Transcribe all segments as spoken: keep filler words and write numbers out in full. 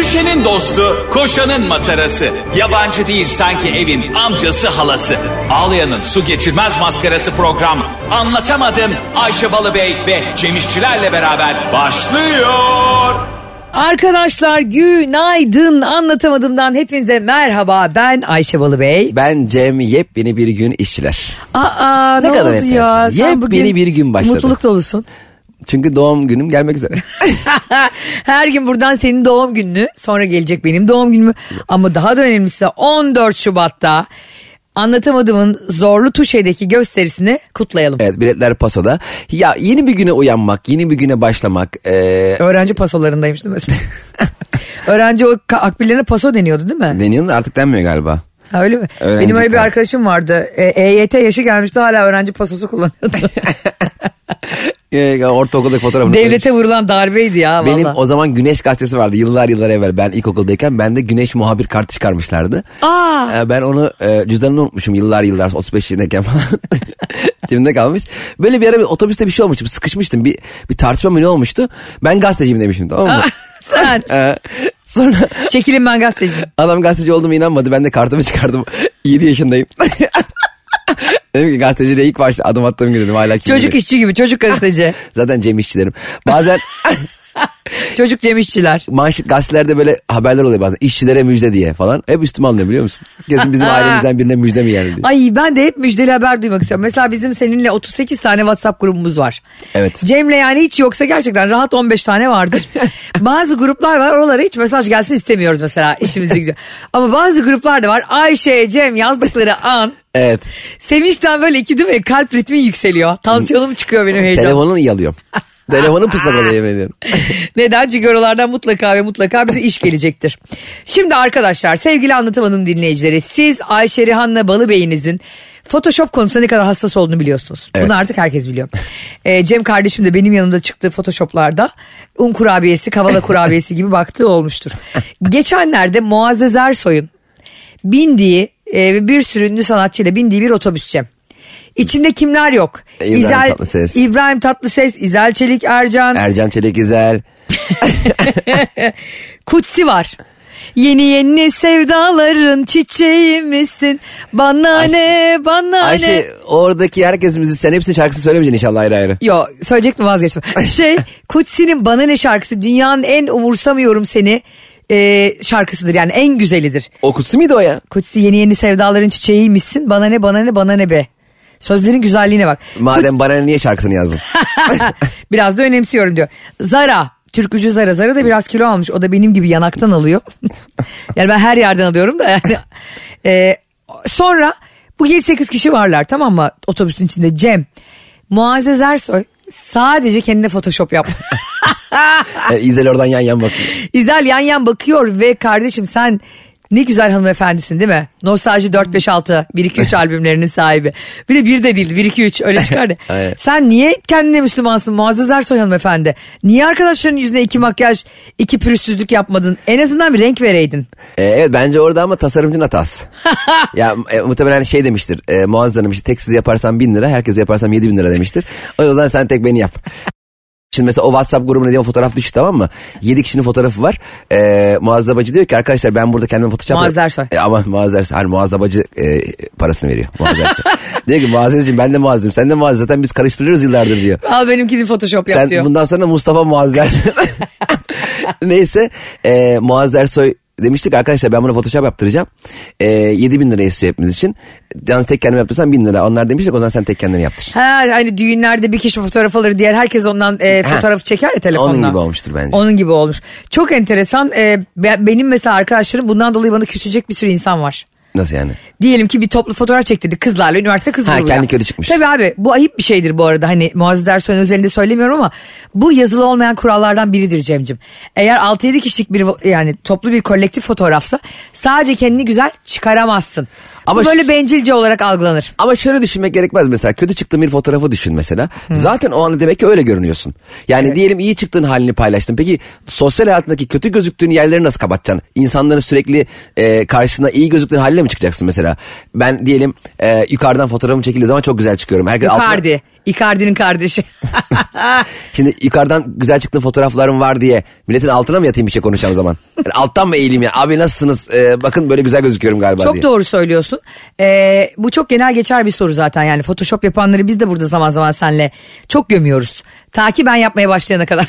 Düşenin dostu, koşanın matarası. Yabancı değil sanki evin amcası halası. Ağlayanın su geçirmez maskarası program. Anlatamadım Ayşe Balıbey ve Cem İşçilerle beraber başlıyor. Arkadaşlar günaydın, Anlatamadım'dan hepinize merhaba. Ben Ayşe Balıbey. Ben Cem, yepyeni bir gün işçiler. Aa ne, ne kadar oldu ya? Sen yepyeni bir gün başladı. Mutluluk dolusun. Çünkü doğum günüm gelmek üzere. Her gün buradan senin doğum gününü, sonra gelecek benim doğum günümü. Ama daha da önemlisi on dört Şubat'ta Anlatamadım'ın Zorlu Tuşe'deki gösterisini kutlayalım. Evet, biletler pasoda. Ya yeni bir güne uyanmak, yeni bir güne başlamak. Ee... Öğrenci pasolarındaymış değil mi mesela? Öğrenci o akbillerine paso deniyordu değil mi? Deniyordu da artık denmiyor galiba. Ha, öyle mi? Öğrenci Benim öyle bir kart. arkadaşım vardı. E Y T yaşı gelmişti, hala öğrenci pasosu kullanıyordu. Ortaokuldaki fotoğrafını Devlete koymuş. Vurulan darbeydi ya. Benim vallahi. O zaman Güneş gazetesi vardı yıllar yıllar evvel, ben ilkokuldayken bende Güneş muhabir kartı çıkarmışlardı. Aa. Ee, ben onu e, cüzdanını unutmuşum yıllar yıllar, otuz beş yaşındayken falan. Cebimde kalmış. Böyle bir ara bir otobüste bir şey olmuştu, sıkışmıştım, bir, bir tartışma mı ne olmuştu, ben gazeteciyim demişim, tamam mı? Sen. Ee, sonra çekilin ben gazeteciyim. Adam gazeteci olduğuma inanmadı, ben de kartımı çıkardım, yedi yaşındayım. Dedim ki gazeteciliğe ilk başta adım attığım gün dedim, hala kim Çocuk bilir? işçi gibi, çocuk gazeteci. Zaten Cem İşçilerim. Bazen çocuk Cem İşçiler. manşet gazetelerde böyle haberler oluyor bazen, işçilere müjde diye falan. Hep üstüme alınıyor, biliyor musun? Kesin bizim ailemizden birine müjde mi geldi diye. Ay ben de hep müjdeli haber duymak istiyorum. Mesela bizim seninle otuz sekiz tane WhatsApp grubumuz var. Evet. Cem'le yani hiç yoksa gerçekten rahat on beş tane vardır. Bazı gruplar var, oralara hiç mesaj gelsin istemiyoruz mesela, işimizde güzel. Ama bazı gruplar da var, Ayşe, Cem yazdıkları an. Evet. Sevinçten böyle iki değil mi? Kalp ritmi yükseliyor. Tansiyonum çıkıyor benim heyecan. Telefonunu yalıyorum. Telefonun pıslak oluyor, yemin ediyorum. Neden? Çünkü oralardan mutlaka ve mutlaka bize iş gelecektir. Şimdi arkadaşlar, sevgili Anlatamadım dinleyicileri, siz Ayşe Rihanna Balıbey'inizin Photoshop konusunda ne kadar hassas olduğunu biliyorsunuz. Evet. Bunu artık herkes biliyor. Ee, Cem kardeşim de benim yanımda çıktığı Photoshop'larda un kurabiyesi, kavala kurabiyesi gibi baktığı olmuştur. Geçenlerde Muazzez Ersoy'un bindiği ve ee, bir sürü ünlü sanatçıyla bindiği bir otobüs Cem. İçinde kimler yok? İbrahim İzel, Tatlıses. İbrahim Tatlıses, İzel Çelik Ercan. Ercan Çelik İzel. Kutsi var. Yeni yeni sevdaların çiçeği misin? Bana Ayşe, ne, bana Ayşe, ne? Ayşe, oradaki herkes müzisyen, hepsinin şarkısını söylemeyeceksin inşallah ayrı ayrı. Yo, söyleyecek mi, vazgeçme. Şey, Kutsi'nin Bana Ne şarkısı dünyanın en umursamıyorum seni e, şarkısıdır, yani en güzelidir. O Kutsi miydi o ya? Kutsi, yeni yeni sevdaların çiçeğiymişsin, bana ne, bana ne, bana ne be. Sözlerin güzelliğine bak. Madem Kut... bana ne, niye şarkısını yazdın? Biraz da önemsiyorum diyor. Zara, türkücü Zara. Zara da biraz kilo almış. O da benim gibi yanaktan alıyor. Yani ben her yerden alıyorum da yani. Ee, sonra bu yedi sekiz kişi varlar, tamam mı, otobüsün içinde. Cem, Muazzez Ersoy sadece kendine Photoshop yapmış. e, İzel oradan yan yan bakıyor. İzel yan yan bakıyor ve kardeşim sen ne güzel hanımefendisin değil mi? Nostalji dört beş altı, bir iki üç albümlerinin sahibi. Bir de bir de değil, bir iki üç öyle çıkardı. Sen niye kendine Müslümansın Muazzez Ersoy hanımefendi? Niye arkadaşların yüzüne iki makyaj, iki pürüzsüzlük yapmadın? En azından bir renk vereydin. Ee, evet, bence orada ama tasarımcının hatası. Ya e, muhtemelen şey demiştir. E, Muazzez Hanım işte tek siz yaparsam bin lira, herkes yaparsam yedi bin lira demiştir. O zaman sen tek beni yap. Şimdi mesela o WhatsApp grubuna diye fotoğraf düştü, tamam mı? Yedi kişinin fotoğrafı var. Ee, Muazzez Bacı diyor ki arkadaşlar ben burada kendime fotoğraf yapıyorum. Muazzez Ersoy. E, ama Muazzez Ersoy. Hani Muazzez Bacı e, parasını veriyor. Muazzez Ersoy. Diyor ki Muazzezciğim ben de Muazzez'im. Sen de Muazzez. Zaten biz karıştırıyoruz yıllardır diyor. Al benimkini Photoshop yap Sen diyor. Sen bundan sonra Mustafa Muazzez Ersoy. Neyse e, Muazzez Ersoy demiştik arkadaşlar ben bunu Photoshop yaptıracağım. E, yedi bin lira istiyor hepimiz için. Yalnız tek kendime yaptırsan bin lira. Onlar demiştik o zaman sen tek kendine yaptır. Ha, hani düğünlerde bir kişi fotoğraf alır, diğer herkes ondan e, fotoğrafı çeker ya telefonla. Onun gibi olmuştur bence. Onun gibi olmuş. Çok enteresan. E, benim mesela arkadaşlarım bundan dolayı bana küsecek bir sürü insan var. Nasıl yani? Diyelim ki bir toplu fotoğraf çektirdik kızlarla, üniversite kız grubu. Ha, kendi kötü çıkmış. Tabii abi, bu ayıp bir şeydir bu arada, hani Muazzez Ersoy'un özelinde söylemiyorum ama bu yazılı olmayan kurallardan biridir Cem'cim. Eğer altı yedi kişilik bir, yani toplu bir kolektif fotoğrafsa sadece kendini güzel çıkaramazsın. Ama bu böyle bencilce olarak algılanır. Ama şöyle düşünmek gerekmez mesela. Kötü çıktığın bir fotoğrafı düşün mesela. Hı. Zaten o anda demek ki öyle görünüyorsun. Yani evet. Diyelim iyi çıktığın halini paylaştın. Peki sosyal hayatındaki kötü gözüktüğün yerleri nasıl kapatacaksın? İnsanların sürekli e, karşısına iyi gözüktüğün haline mi çıkacaksın mesela? Ben diyelim e, yukarıdan fotoğrafım çekildiği zaman çok güzel çıkıyorum. Herkes Yukarıdi. altına... Icardi'nin kardeşi. Şimdi yukarıdan güzel çıktığın fotoğraflarım var diye milletin altına mı yatayım bir şey konuşacağım zaman? Yani alttan mı eğileyim ya? Abi nasılsınız? Ee, bakın böyle güzel gözüküyorum galiba çok diye. Çok doğru söylüyorsun. Ee, bu çok genel geçer bir soru zaten yani. Photoshop yapanları biz de burada zaman zaman seninle çok gömüyoruz. Ta ki ben yapmaya başlayana kadar.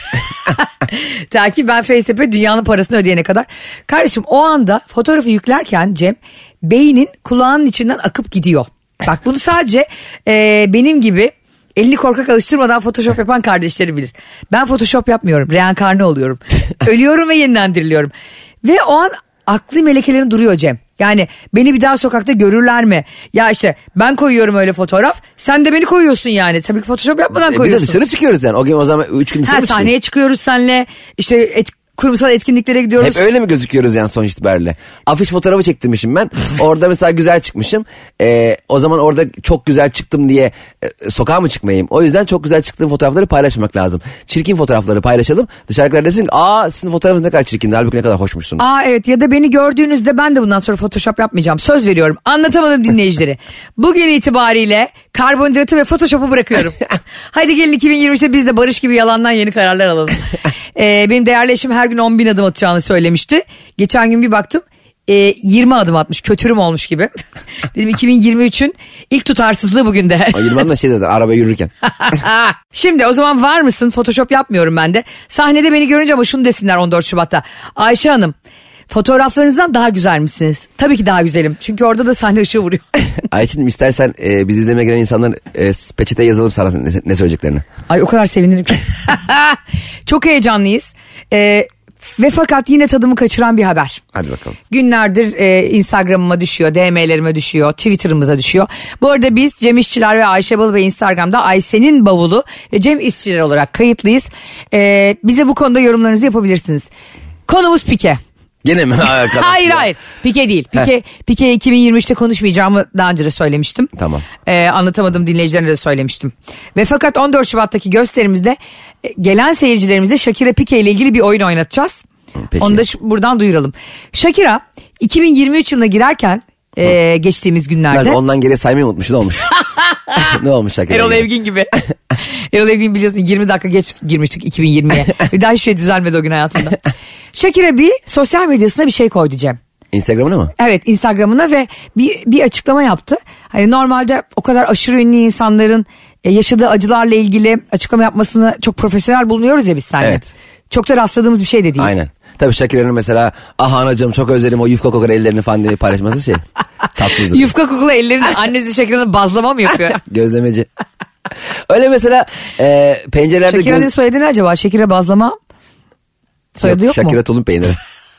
Ta ki ben FaceApp'e dünyanın parasını ödeyene kadar. Kardeşim o anda fotoğrafı yüklerken Cem beynin kulağının içinden akıp gidiyor. Bak bunu sadece e, benim gibi elini korkak alıştırmadan Photoshop yapan kardeşleri bilir. Ben Photoshop yapmıyorum. Reenkarne oluyorum. Ölüyorum ve yeniden diriliyorum. Ve o an aklı melekelerin duruyor Cem. Yani beni bir daha sokakta görürler mi? Ya işte ben koyuyorum öyle fotoğraf. Sen de beni koyuyorsun yani. Tabii ki Photoshop yapmadan e, koyuyorsun. Bir de dışarı çıkıyoruz yani. O gün o zaman üç gün dışarı ha, mı sahneye çıkıyoruz? çıkıyoruz seninle. İşte et, kurumsal etkinliklere gidiyoruz. Hep öyle mi gözüküyoruz yani sonuç itibariyle? Afiş fotoğrafı çektirmişim ben. Orada mesela güzel çıkmışım. Ee, o zaman orada çok güzel çıktım diye e, sokağa mı çıkmayayım? O yüzden çok güzel çıktığım fotoğrafları paylaşmak lazım. Çirkin fotoğrafları paylaşalım. Dışarıdakiler desin ki aa sizin fotoğrafınız ne kadar çirkindi. Halbuki ne kadar hoşmuşsunuz. Aa evet, ya da beni gördüğünüzde ben de bundan sonra Photoshop yapmayacağım. Söz veriyorum. Anlatamadım dinleyicileri. Bugün itibariyle karbonhidratı ve Photoshop'u bırakıyorum. Hadi gelin iki bin yirmi üçte biz de Barış gibi yalandan yeni kararlar alalım. Ee, benim değerli eşim her gün on bin adım atacağını söylemişti. Geçen gün bir baktım e, yirmi adım atmış. Kötürüm olmuş gibi. Dedim iki bin yirmi üçün ilk tutarsızlığı bugün de. yirmi adım da şey dedi arabaya yürürken. Şimdi o zaman var mısın? Photoshop yapmıyorum ben de. Sahnede beni görünce ama şunu desinler on dört Şubat'ta. Ayşe Hanım, fotoğraflarınızdan daha güzel misiniz? Tabii ki daha güzelim. Çünkü orada da sahne ışığı vuruyor. Ayçin istersen e, biz izlemeye gelen insanlar e, peçete yazalım sana ne, ne söyleyeceklerini. Ay o kadar sevinirim ki. Çok heyecanlıyız. Ee, ve fakat yine tadımı kaçıran bir haber. Hadi bakalım. Günlerdir e, Instagram'ıma düşüyor, D M'lerime düşüyor, Twitter'ımıza düşüyor. Bu arada biz Cem İşçiler ve Ayşe Balıbey Instagram'da Ayşe'nin bavulu ve Cem İşçiler olarak kayıtlıyız. Ee, bize bu konuda yorumlarınızı yapabilirsiniz. Konumuz Pike. Gene mi? hayır hayır. Pike değil. Pike, Pike iki bin yirmi üçte konuşmayacağımı daha önce de söylemiştim. Tamam. Ee, anlatamadım dinleyicilerine de söylemiştim. Ve fakat on dört Şubat'taki gösterimizde e, gelen seyircilerimize Shakira Pike ile ilgili bir oyun oynatacağız. Peki. Onu da şu, buradan duyuralım. Shakira iki bin yirmi üç yılına girerken e, geçtiğimiz günlerde. Ben ondan geriye saymayı unutmuş. Ne olmuş? Ne olmuş Shakira? Erol Evgin gibi. Erol Evgin biliyorsun yirmi dakika geç girmiştik iki bin yirmiye. Bir daha hiçbir şey düzelmedi o gün hayatımda. Shakira bir sosyal medyasına bir şey koydu Cem. Instagram'ına mı? Evet, Instagram'ına ve bir, bir açıklama yaptı. Hani normalde o kadar aşırı ünlü insanların yaşadığı acılarla ilgili açıklama yapmasını çok profesyonel bulunuyoruz ya biz seninle. Evet. Çok da rastladığımız bir şey de değil. Aynen. Tabii Shakira'nın mesela ah anacığım çok özledim o yufka kokar ellerini falan diye paylaşması şey. Tatsızdır. Yufka kokulu ellerini annesi Shakira'nın bazlama mı yapıyor? Gözlemeci. Öyle mesela e, pencerelerde... Shakira'nın göz... soyadı ne acaba? Shakira bazlama soyadı yok, yok Shakira mu? tulum peyniri.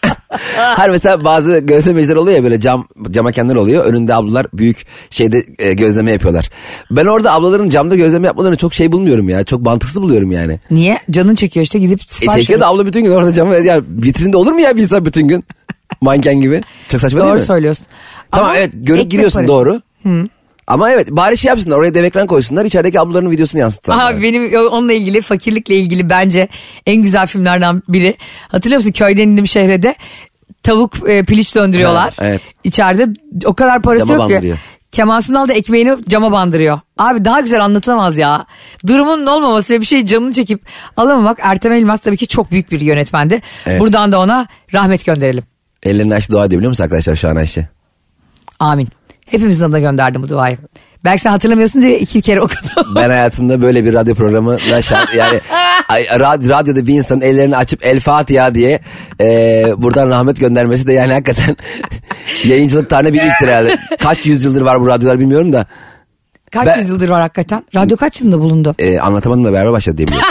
Her mesela bazı gözlemeciler oluyor ya böyle cam cam kendiler oluyor. Önünde ablalar büyük şeyde e, gözleme yapıyorlar. Ben orada ablaların camda gözleme yapmalarını çok şey bulmuyorum ya. Çok mantıksız buluyorum yani. Niye? Canın çekiyor işte gidip E sipariş çekiyor da abla bütün gün orada camı ya vitrinde olur mu ya bir insan bütün gün? Manken gibi. Çok saçma değil mi? Doğru söylüyorsun. Tamam Ama evet görüp ekmek giriyorsun parası. doğru. Hı. Ama evet bari şey yapsınlar oraya dev ekran koysunlar içerideki ablaların videosunu yansıtsınlar. Aha, benim onunla ilgili fakirlikle ilgili bence en güzel filmlerden biri. Hatırlıyor musun köyden indim şehre de tavuk e, piliç döndürüyorlar. Ha, evet. İçeride o kadar parası Cama yok bandırıyor. ki. Kemal Sunal da ekmeğini cama bandırıyor. Abi daha güzel anlatılamaz ya. Durumun olmaması ve bir şey canını çekip alamamak. Ertem Elmas tabii ki çok büyük bir yönetmendi. Evet. Buradan da ona rahmet gönderelim. Ellerini açtı dua ediyor biliyor musun arkadaşlar şu an Ayşe? Amin. Hepimizin adına gönderdim bu duayı. Belki sen hatırlamıyorsun diye iki kere okudum. Ben hayatımda böyle bir radyo programına şart, yani ay, rad, radyoda bir insanın ellerini açıp El Fatiha diye e, buradan rahmet göndermesi de yani hakikaten yayıncılık tarihinde bir ilktir herhalde. Kaç yüzyıldır var bu radyolar bilmiyorum da. Kaç Ben- yüzyıldır var hakikaten? Radyo kaç yılında bulundu? E, anlatamadım da beraber başladı diye biliyorum.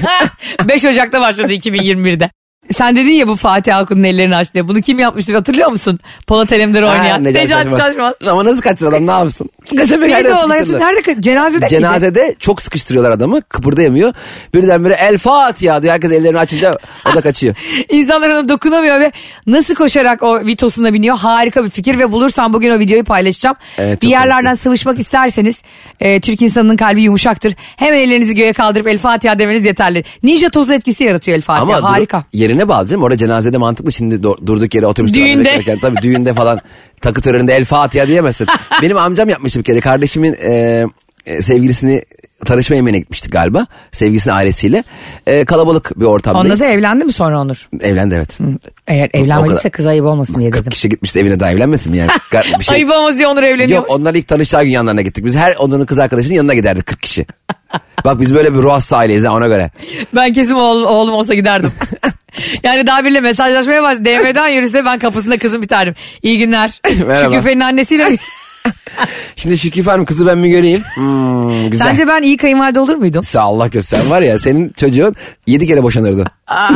beş Ocak'ta başladı iki bin yirmi birde. Sen dedin ya bu Fatih Akun'un ellerini aç diye. Bunu kim yapmıştır hatırlıyor musun? Polat Alemdar oynayan. Ha, Necati Necati Şaşmaz. Şaşmaz. Ama nasıl kaçsın adam ne yapsın? Kaçamak Neydi nereden o olay? sıkıştırdılar? Nerede? ka- Cenazede miydi? Cenazede çok sıkıştırıyorlar adamı kıpırdayamıyor. Birdenbire El Fatiha diyor herkes ellerini açınca o da kaçıyor. İnsanlar ona dokunamıyor ve nasıl koşarak o vitosuna biniyor. Harika bir fikir ve bulursam bugün o videoyu paylaşacağım. Evet, bir çok yerlerden komikti. sıvışmak isterseniz e, Türk insanının kalbi yumuşaktır. Hemen ellerinizi göğe kaldırıp El Fatiha demeniz yeterli. Ninja tozu etkisi yaratıyor El Fatiha. Ama Harika. dur- yerine bağlı değil mi? Orada cenazede mantıklı şimdi do- durduk yere otobüs Düğünde. durağına beklerken tabii düğünde falan takı töreninde El Fatiha diyemezsin. Benim amcam yapmıştı bir kere kardeşimin e, e, sevgilisini tanışma yemeğine gitmiştik galiba. Sevgisinin ailesiyle. Ee, kalabalık bir ortamdayız. Onunla da evlendi mi sonra Onur? Evlendi evet. Hı. Eğer evlenmediyse kız ayıp olmasın diye dedim. kırk kişi gitmişti evine, daha evlenmesin mi yani? Bir şey... Ayıp olmaz diye Onur evleniyormuş. Yok, onlar ilk tanıştığı gün yanlarına gittik. Biz her onların kız arkadaşının yanına giderdik kırk kişi. Bak biz böyle bir ruh hastası aileyiz ha, ona göre. Ben kesin oğlum, oğlum olsa giderdim. Yani daha biriyle mesajlaşmaya başladı. D M'den yürüse ben kapısında kızım biterdim. İyi günler. Merhaba. Şüküfe'nin annesiyle. Şimdi Şüküfe Hanım kızı ben mi göreyim? Hmm, güzel. Sence ben iyi kayınvalide olur muydum? Sağ Allah göster, var ya senin çocuğun yedi kere boşanırdı.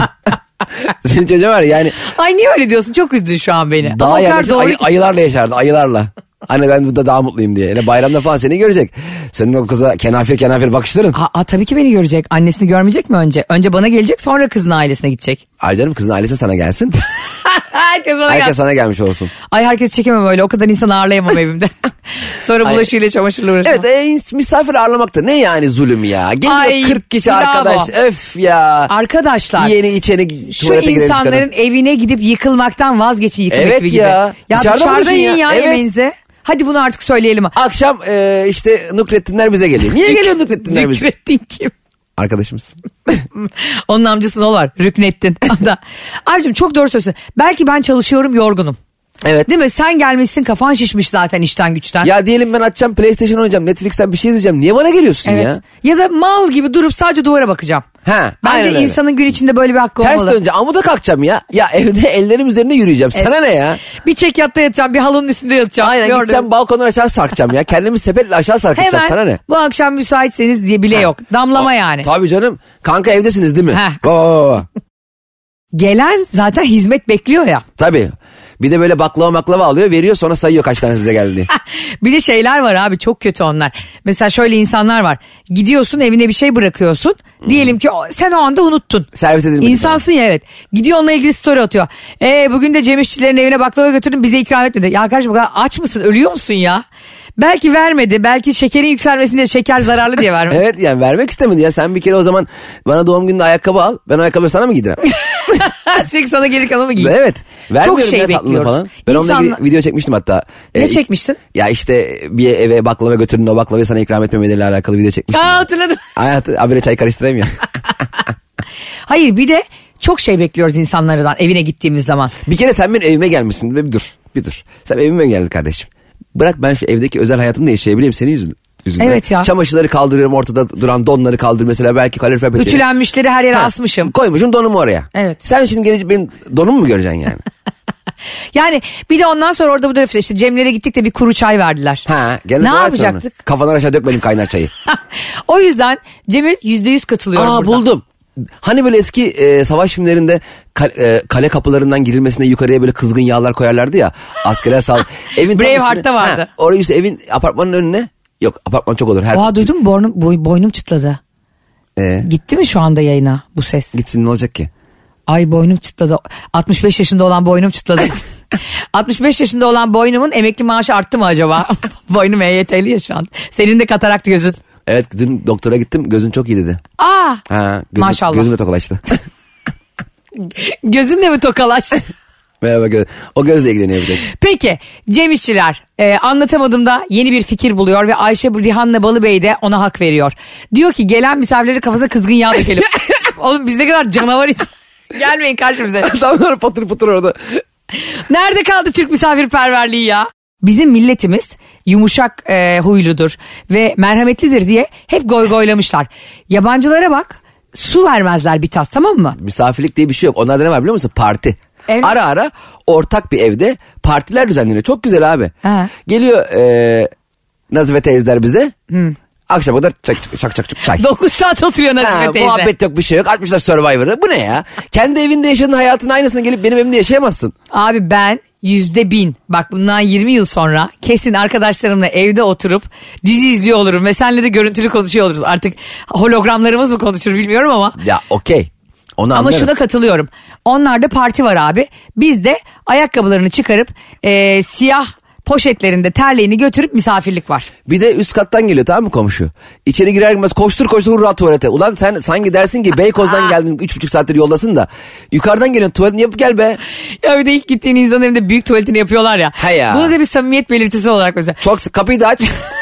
Senin çocuğun var ya yani. Ay niye öyle diyorsun? Çok üzdün şu an beni. Daha yani doğru ay, ayılarla yaşardı, ayılarla. Hani ben burada daha mutluyum diye. Yani bayramda falan seni görecek. Senin o kıza kenafir kenafir bakışların. Aa, tabii ki beni görecek. Annesini görmeyecek mi önce? Önce bana gelecek, sonra kızın ailesine gidecek. Ay canım, kızın ailesi sana gelsin. Herkes bana Herkes gelsin. sana gelmiş olsun. Ay herkes çekemem öyle. O kadar insan ağırlayamam evimde. Sonra bulaşığıyla çamaşırla uğraşamam. Evet, e, misafir ağırlamak da ne yani zulüm ya. Geliyor Ay, kırk kişi bravo. arkadaş. Öf ya. Arkadaşlar. Yeni içeni Şu tuvalete girelim insanların çıkalım. evine gidip yıkılmaktan vazgeçin, yıkım Evet ekibi gibi. ya. Ya Dışarıda dışarıda buluşun yiyin ya. ya Evet. yemeğinizi. Hadi bunu artık söyleyelim. Akşam e, işte Nukrettinler bize geliyor. Niye geliyor Nukrettinler bize? Nükrettin kim? Arkadaşımız. Onun amcası ne var? Rüknettin. Abicim çok doğru söylüyorsun. Belki ben çalışıyorum, yorgunum. Evet. Değil mi? Sen gelmişsin, kafan şişmiş zaten işten güçten. Ya diyelim ben açacağım, PlayStation oynayacağım, Netflix'ten bir şey izleyeceğim. Niye bana geliyorsun evet. ya? Ya da mal gibi durup sadece duvara bakacağım. Ha, Bence insanın gün içinde böyle bir hakkı ters olmalı. dönce amuda kalkacağım ya. Ya evde ellerim üzerinde yürüyeceğim. Sana Evet. ne ya? Bir çekyatta yatacağım, bir halının üstünde yatacağım. Aynen, Gördüm. gideceğim balkondan aşağı sarkacağım ya. Kendimi sepetle aşağı sarkacağım. Hemen Sana ne? bu akşam müsaitseniz diye bile yok. Damlama yani. Tabii canım. Kanka evdesiniz değil mi? Heh. Oo. Gelen zaten hizmet bekliyor ya. Tabii. Bir de böyle baklava maklava alıyor, veriyor, sonra sayıyor kaç tanesi bize geldi diye. Bir de şeyler var abi, çok kötü onlar. Mesela şöyle insanlar var. Gidiyorsun evine bir şey bırakıyorsun. Diyelim ki o- sen o anda unuttun. Servis edilmedi. İnsansın ya, evet. Gidiyor onunla ilgili story atıyor. Ee, bugün de Cem İşçilerin evine baklava götürdüm, bize ikram etmedi. Ya kardeşim, bu kadar aç mısın, ölüyor musun ya? Belki vermedi. Belki şekerin yükselmesinde şeker zararlı diye vermedi. Evet, yani vermek istemedi ya. Sen bir kere o zaman bana doğum gününde ayakkabı al. Ben o ayakkabıyı sana mı giydirem? Çünkü sana gelir kalanı mı giyin? Evet. Vermiyorum Çok şey ya tatlını bekliyoruz. falan. Ben onunla İnsanla- ilgili video çekmiştim hatta. Ne Ee, çekmiştin? Ya işte bir eve baklava götürdün, o baklavayı sana ikram etmemeleriyle alakalı video çekmiştim. Aa, hatırladım. Hayatı habire çay karıştırayım ya. Hayır, bir de çok şey bekliyoruz insanlardan evine gittiğimiz zaman. Bir kere sen benim evime gelmişsin. Bir dur, bir dur. Sen evime geldin kardeşim. Bırak ben şu evdeki özel hayatımı da yaşayabileyim senin yüzünden. yüzünden. Evet ya. Çamaşırları kaldırıyorum, ortada duran donları kaldır mesela, belki kalorifer peteği. Ütülenmişleri her yere Ha, asmışım. Koymuşum donumu oraya. Evet. Sen şimdi gelecek benim donumu mu göreceksin yani? Yani bir de ondan sonra orada burada işte Cemlere gittik de bir kuru çay verdiler. Ha, gene Ne doyarsın yapacaktık? onu. Kafadan aşağı dökmedim kaynar çayı. O yüzden Cem'e yüzde yüz katılıyorum Aa, burada. buldum. Hani böyle eski e, savaş filmlerinde kale, e, kale kapılarından girilmesine yukarıya böyle kızgın yağlar koyarlardı ya. Askerler sağ. Evin tam Braveheart'ta üstüne- vardı. Ha, orayı işte evin, apartmanın önüne. Yok, apartman çok olur. Her Aa, duydun mu? Boynum, boy- boynum çıtladı. E, Gitti mi şu anda yayına bu ses? gitsin ne olacak ki? Ay, boynum çıtladı. altmış beş yaşında olan boynum çıtladı. altmış beş yaşında olan boynumun emekli maaşı arttı mı acaba? Boynum E Y T'li ya şu an. Senin de katarakt gözün. Evet, dün doktora gittim, gözün çok iyi dedi. Aa, Ha, gözüm, maşallah. Gözümle tokalaştı. gözünle mi tokalaştı? Merhaba göz. O gözle ilgileniyor bir tek. Peki Cem İşçiler e, anlatamadığımda yeni bir fikir buluyor ve Ayşe Rihanna Balıbey de ona hak veriyor. Diyor ki gelen misafirleri kafasına kızgın yağ dökelim. Oğlum biz ne kadar canavarız. Gelmeyin karşımıza. Adamlar patır patır orada. Nerede kaldı Türk misafirperverliği ya? Bizim milletimiz yumuşak e, huyludur ve merhametlidir diye hep goygoylamışlar. Yabancılara bak, su vermezler bir tas, tamam mı? Misafirlik diye bir şey yok. Onlarda ne var biliyor musun? Parti. Evet. Ara ara ortak bir evde partiler düzenleniyor. Çok güzel abi. Ha. Geliyor e, Nazife teyzeler bize. Akşama kadar çak çak çak çak çay. dokuz saat oturuyor Nazife Ha, teyze. muhabbet yok, bir şey yok. Açmışlar Survivor'ı. Bu ne ya? Kendi evinde yaşadığın hayatın aynısını gelip benim evimde yaşayamazsın. Abi ben yüzde bin, bak bundan yirmi yıl sonra kesin arkadaşlarımla evde oturup dizi izliyor olurum ve seninle de görüntülü konuşuyor oluruz. Artık hologramlarımız mı konuşur bilmiyorum ama. Ya okey. Onu Ama anlarım. şuna katılıyorum. Onlarda parti var abi. Biz de ayakkabılarını çıkarıp e, siyah poşetlerinde terliğini götürüp misafirlik var. Bir de üst kattan geliyor, tamam mı komşu? İçeri girer girmez koştur koştur hurra tuvalete. Ulan sen sanki dersin ki Beykoz'dan geldin, üç buçuk saattir yoldasın da. Yukarıdan geliyorsun, tuvaletini yapıp gel be. Ya bir de ilk gittiğin insanın evinde büyük tuvaletini yapıyorlar ya. He ya. Bunu da bir samimiyet belirtisi olarak mesela. Çok sık, kapıyı da aç.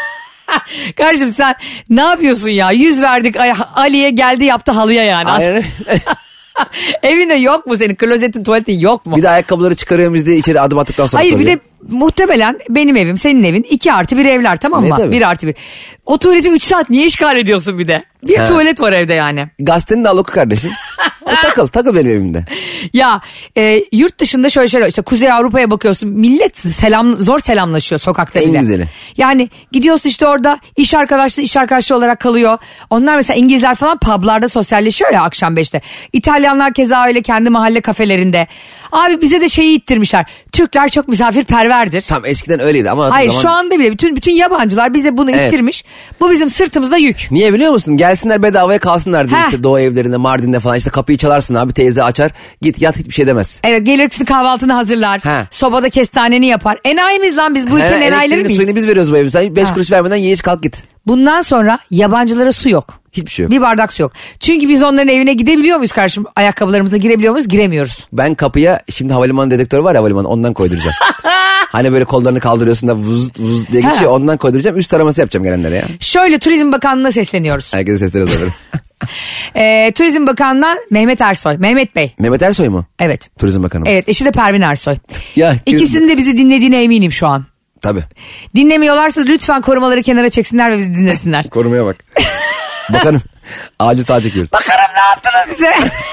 Kardeşim sen ne yapıyorsun ya? Yüz verdik Ali'ye, geldi yaptı halıya yani. Aynen. Evinde yok mu senin? Klozetin, tuvaletin yok mu? Bir de ayakkabıları çıkarıyorum biz de içeri adım attıktan sonra Hayır soruyor. bir de muhtemelen benim evim, senin evin iki artı bir evler, tamam mı? Ne, bir artı bir. O tuvaleti üç saat niye işgal ediyorsun bir de? Bir Ha. tuvalet var evde yani. Gazeteni de al oku kardeşim. E, takıl takıl benim evimde. Ya e, yurt dışında şöyle şeyler, işte Kuzey Avrupa'ya bakıyorsun, millet selam zor selamlaşıyor sokakta En bile. güzeli. Yani gidiyorsun işte orada iş arkadaşlığı iş arkadaşlığı olarak kalıyor. Onlar mesela İngilizler falan publarda sosyalleşiyor ya akşam beşte. İtalyanlar keza öyle kendi mahalle kafelerinde. Abi bize de şeyi ittirmişler. Türkler çok misafirperverdir. Tam eskiden öyleydi ama. Hayır zaman... şu anda bile bütün bütün yabancılar bize bunu Evet. ittirmiş. Bu bizim sırtımızda yük. Niye biliyor musun? Gelsinler bedavaya kalsınlar diye Heh. işte Doğu evlerinde, Mardin'de falan işte kapıyı çalarsın abi, teyze açar, git yat, hiçbir şey demez. Evet, gelirsin kahvaltını hazırlar. Ha. Sobada kestaneni yapar. Enayimiz lan biz, bu ülkenin enayileri Elektriğini miyiz? suyunu biz veriyoruz bu evde. Sen beş Ha. kuruş vermeden ye iç kalk git. Bundan sonra yabancılara su yok. Hiçbir şey yok. Bir bardak su yok. Çünkü biz onların evine gidebiliyor muyuz kardeşim? Ayakkabılarımıza girebiliyor muyuz? Giremiyoruz. Ben kapıya şimdi havalimanı dedektörü var ya, havalimanı, ondan koyduracağım. Hani böyle kollarını kaldırıyorsun da vuz vuz diye geçiyor, Ha. ondan koyduracağım, üst araması yapacağım gelenlere ya. Şöyle Turizm Bakanlığı'na sesleniyoruz. Herkese sesleri hazırlarım. ee, Turizm Bakanlığı'na Mehmet Ersoy. Mehmet Bey. Mehmet Ersoy mu? Evet. Turizm Bakanımız. Evet, eşi de Pervin Ersoy. Ya, İkisinin de bizi dinlediğine eminim şu an. Tabii. Dinlemiyorlarsa lütfen korumaları kenara çeksinler ve bizi dinlesinler. Korumaya bak. Bakanım. Ağacı sağ çekiyoruz. Bakarım ne yaptınız bize?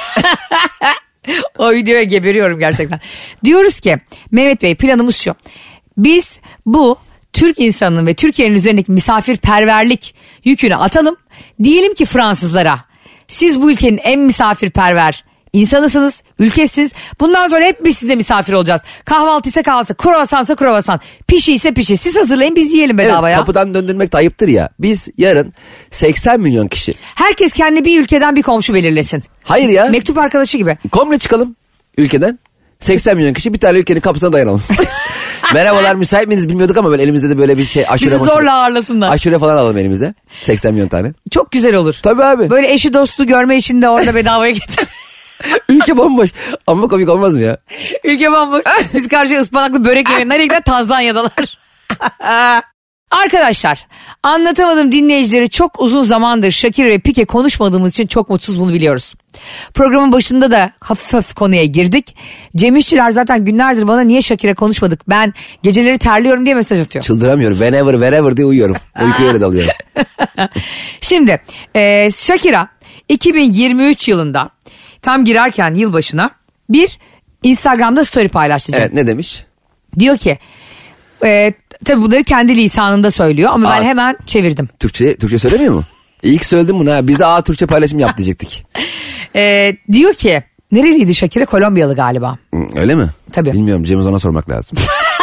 O videoya geberiyorum gerçekten. Diyoruz ki Mehmet Bey, planımız şu. Biz bu Türk insanının ve Türkiye'nin üzerindeki misafirperverlik yükünü atalım. Diyelim ki Fransızlara, siz bu ülkenin en misafirperver insanısınız, ülkesiniz. Bundan sonra hep biz size misafir olacağız. Kahvaltı ise kahvaltı, kruvasansa kruvasan, pişi ise pişi. Siz hazırlayın, biz yiyelim bedava Evet, ya. kapıdan döndürmek de ayıptır ya. Biz yarın seksen milyon kişi. Herkes kendi bir ülkeden bir komşu belirlesin. Hayır ya. Mektup arkadaşı gibi. Komple çıkalım ülkeden. seksen milyon kişi bir tane ülkenin kapısına dayanalım. Merhabalar, müsait miyiz bilmiyorduk ama böyle elimizde de böyle bir şey aşure. Bizi zorla ağırlasınlar. Aşure falan alalım elimize. seksen milyon tane. Çok güzel olur. Tabii abi. Böyle eşi dostu görme işini de orada bedavaya getir. Ülke bomboş. Ama komik olmaz mı ya? Ülke bomboş. Biz karşıya ıspanaklı börek yiyor. Nereye gider? Tanzanya'dalar. Arkadaşlar, anlatamadım dinleyicileri, çok uzun zamandır Shakira ve Pique konuşmadığımız için çok mutsuz, bunu biliyoruz. Programın başında da hafif hafif konuya girdik. Cem İşçiler zaten günlerdir bana niye Shakira konuşmadık, ben geceleri terliyorum diye mesaj atıyor. Çıldıramıyorum. Whenever wherever diye uyuyorum. Uykuya öyle dalıyorum. Şimdi e, Shakira iki bin yirmi üç yılında tam girerken yılbaşına bir Instagram'da story paylaştı Cem. Evet, ne demiş? Diyor ki e, tabii bunları kendi lisanında söylüyor ama ben Aa. hemen çevirdim. Türkçe, Türkçe söylemiyor mu? İyi ki söyledin bunu ha. Biz de aa Türkçe paylaşım yap diyecektik. E, diyor ki nereliydi Shakira? Kolombiyalı galiba. Hı, öyle mi? Tabii. Bilmiyorum, Cem Uzan'a sormak lazım.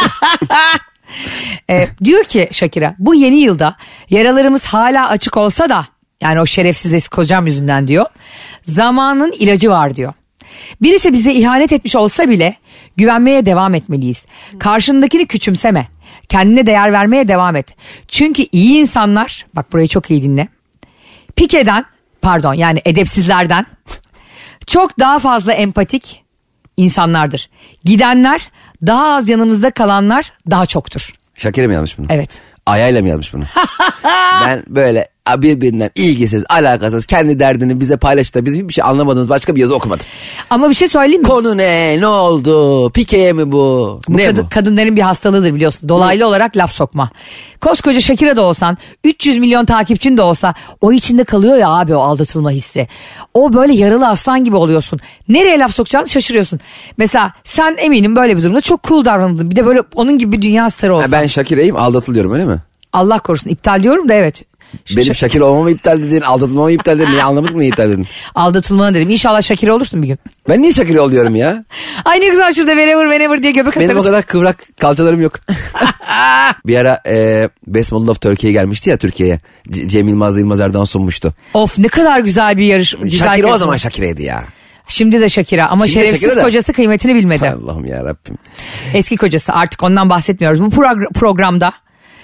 E, diyor ki Shakira, bu yeni yılda yaralarımız hala açık olsa da, yani o şerefsiz eski kocam yüzünden diyor, zamanın ilacı var diyor. Birisi bize ihanet etmiş olsa bile güvenmeye devam etmeliyiz. Karşındakini küçümseme. Kendine değer vermeye devam et. Çünkü iyi insanlar, bak burayı çok iyi dinle. Pique'den, pardon yani edepsizlerden çok daha fazla empatik insanlardır. Gidenler, daha az yanımızda kalanlar daha çoktur. Shakira mı yazmış bunu? Evet. Ayayla mı yazmış bunu? Ben böyle birbirinden ilgisiz, alakasız, kendi derdini bize paylaştı da bizim hiçbir şey anlamadığımız başka bir yazı okumadım. Ama bir şey söyleyeyim mi? Konu ne? Ne oldu? Pique'ye mi bu? Bu ne kadın, bu? kadınların bir hastalığıdır biliyorsun. Dolaylı olarak laf sokma. Koskoca Shakira da olsan, üç yüz milyon takipçin de olsa o içinde kalıyor ya abi, o aldatılma hissi. O böyle yaralı aslan gibi oluyorsun. Nereye laf sokacağını şaşırıyorsun. Mesela sen eminim böyle bir durumda çok cool davrandın. Bir de böyle onun gibi bir dünya starı olsan. Ha, ben Shakira'yım, aldatılıyorum öyle mi? Allah korusun, iptal diyorum da evet. Benim Shakira olmamı iptal dedin, aldatılmamı iptal dedin. Niye anlamadık mı, niye iptal dedin? Aldatılmanı dedim. İnşallah Shakira olursun bir gün. Ben niye Shakira oluyorum ya? Ay ne güzel şurada wherever whenever diye göbek atarız. Benim o kadar kıvrak kalçalarım yok. Bir ara e, Best Model of Turkey'ye gelmişti ya Türkiye'ye. C- Cem Yılmaz'la Yılmaz Erdoğan sunmuştu. Of ne kadar güzel bir yarış. Güzel Shakira yarışma. o zaman Shakira'ydı ya. Şimdi de Shakira ama Şimdi de şerefsiz Shakira da. kocası kıymetini bilmedi. Allah'ım yarabbim. Eski kocası, artık ondan bahsetmiyoruz. Bu progr- programda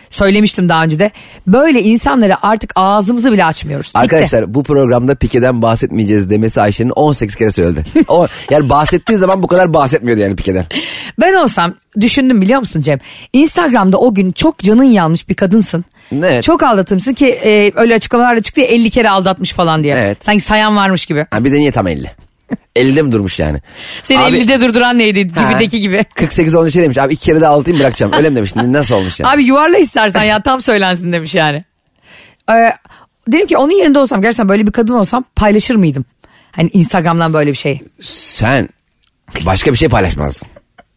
söylemiştim daha önce de. Böyle insanlara artık ağzımızı bile açmıyoruz. Arkadaşlar Bitti. bu programda Pike'den bahsetmeyeceğiz demesi Ayşe'nin on sekiz kere söyledi. O, yani bahsettiği zaman bu kadar bahsetmiyordu yani Pike'den. Ben olsam düşündüm biliyor musun Cem? Instagram'da o gün çok canın yanmış bir kadınsın. Evet. Çok aldatılmışsın ki e, öyle açıklamalarda çıktı ya elli kere aldatmış falan diye. Evet. Sanki sayan varmış gibi. Ha, bir de niye tam elli? ellide mi durmuş yani? Seni Abi, ellide durduran neydi gibideki gibi. kırk sekiz olunca şey demiş abi iki kere de aldatayım bırakacağım. Öyle mi demiş? Nasıl olmuş yani? Abi yuvarla istersen ya tam söylensin demiş yani. Ee, dedim ki onun yerinde olsam gerçekten böyle bir kadın olsam paylaşır mıydım? Hani Instagram'dan böyle bir şey. Sen başka bir şey paylaşmazsın.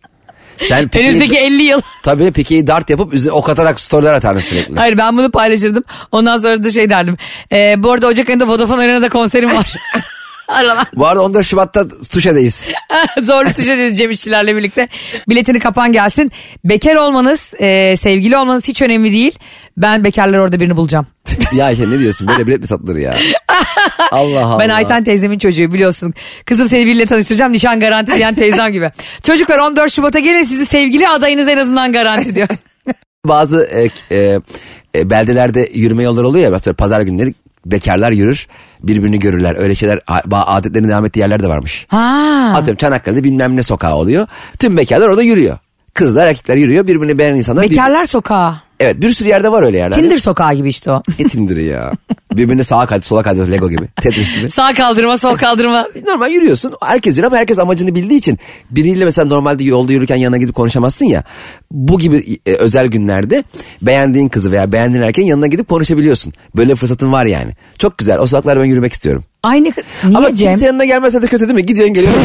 Sen Pike'yi, Önümüzdeki elli yıl. tabii Pike'yi dart yapıp üzerine ok atarak storyler atardın sürekli. Hayır ben bunu paylaşırdım. Ondan sonra da şey derdim. Ee, bu arada Ocak ayında Vodafone Arena'da konserim var. Aralar. Bu arada on dört Şubat'ta Tuşa'dayız. Zorlu Tuşa dedi Cem İşçilerle birlikte. Biletini kapan gelsin. Bekar olmanız, e, sevgili olmanız hiç önemli değil. Ben bekarlar orada birini bulacağım. Ya Ayşe ne diyorsun? Böyle bilet mi satılır ya? Allah Allah. Ben Ayten teyzemin çocuğu biliyorsun. Kızım seni biriyle tanıştıracağım. Nişan garanti diyen teyzem gibi. Çocuklar on dört Şubat'a gelin sizi sevgili adayınız en azından garanti diyor. Bazı e, e, e, beldelerde yürüme yolları oluyor ya. Mesela pazar günleri bekarlar yürür. Birbirini görürler. Öyle şeyler adetlerin devam ettiği yerler de varmış. Ha. Atıyorum Çanakkale'de bilmem ne sokağı oluyor. Tüm bekarlar orada yürüyor. Kızlar erkekler yürüyor. Birbirini beğenen insanlar. Bekarlar bir... sokağı. Evet bir sürü yerde var öyle yerler. Tinder sokağı gibi işte o. Ne Tinder'ı ya. Birbirini sağa kaydı sola kaydı Lego gibi. Tetris gibi. Sağ kaldırma sol kaldırma. Normal yürüyorsun. Herkes yürüyor ama herkes amacını bildiği için. Biriyle mesela normalde yolda yürürken yanına gidip konuşamazsın ya. Bu gibi e, özel günlerde beğendiğin kızı veya beğendiğin erkeğin yanına gidip konuşabiliyorsun. Böyle bir fırsatın var yani. Çok güzel. O sokaklarda ben yürümek istiyorum. Aynı niye ama Cem? kimse yanına gelmezse de kötü değil mi? Gidiyorsun geliyorsun.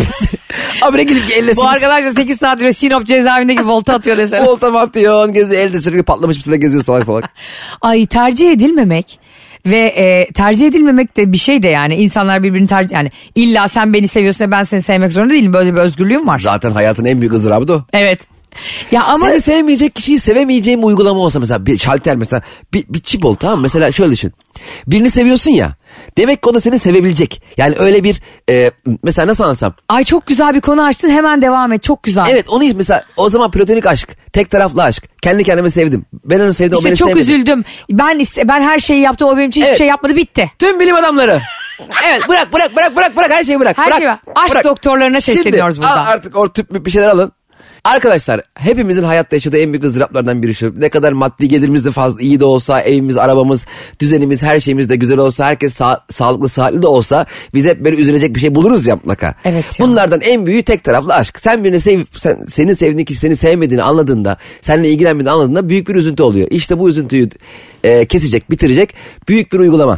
Abi gidip ellesin. Bu arkadaşlar sekiz saat diyor Sinop cezaevindeki volta atıyor desene. Volta mı atıyorsun? Geziyor elde sürekli patlamış bir süre geziyor salak salak. Ay tercih edilmemek ve e, tercih edilmemek de bir şey de yani insanlar birbirini tercih yani illa sen beni seviyorsun ve ben seni sevmek zorunda değilim böyle bir özgürlüğüm var. Zaten hayatın en büyük ızdırabı da o. Evet. Ya ama seni sevmeyecek kişiyi sevemeyeceğim bir uygulama olsa mesela bir şalter mesela bir, bir çip ol tamam mı? Mesela şöyle düşün. Birini seviyorsun ya. Demek ki o da seni sevebilecek. Yani öyle bir e, mesela nasıl anlatsam? Ay çok güzel bir konu açtın hemen devam et çok güzel. Evet onu mesela o zaman platonik aşk, tek taraflı aşk. Kendi kendime sevdim. Ben onu sevdim işte o beni çok sevmedi. üzüldüm. Ben iste, ben her şeyi yaptım o benim için evet. Hiçbir şey yapmadı bitti. Tüm bilim adamları. Evet bırak bırak bırak bırak bırak her şeyi bırak. Her bırak, şeyi bırak. Aşk bırak. doktorlarına sesleniyoruz Şimdi, burada. Artık o tüp bir şeyler alın. Arkadaşlar hepimizin hayatta yaşadığı en büyük ızdıraplardan biri şu. Ne kadar maddi gelirimiz de fazla iyi de olsa, evimiz, arabamız, düzenimiz, her şeyimiz de güzel olsa, herkes sa- sağlıklı, sıhhatli de olsa biz hep böyle üzülecek bir şey buluruz ya mutlaka. Evet ya. Bunlardan en büyüğü tek taraflı aşk. Sen birini sev, sen, senin sevdiğin kişi seni sevmediğini anladığında, seninle ilgilenmediğini anladığında büyük bir üzüntü oluyor. İşte bu üzüntüyü e, kesecek, bitirecek büyük bir uygulama.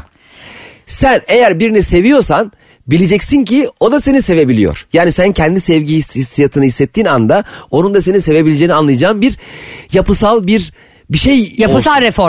Sen eğer birini seviyorsan bileceksin ki o da seni sevebiliyor. Yani sen kendi sevgi hissiyatını hissettiğin anda onun da seni sevebileceğini anlayacağın bir yapısal bir bir şey yapısal olsun. Reform.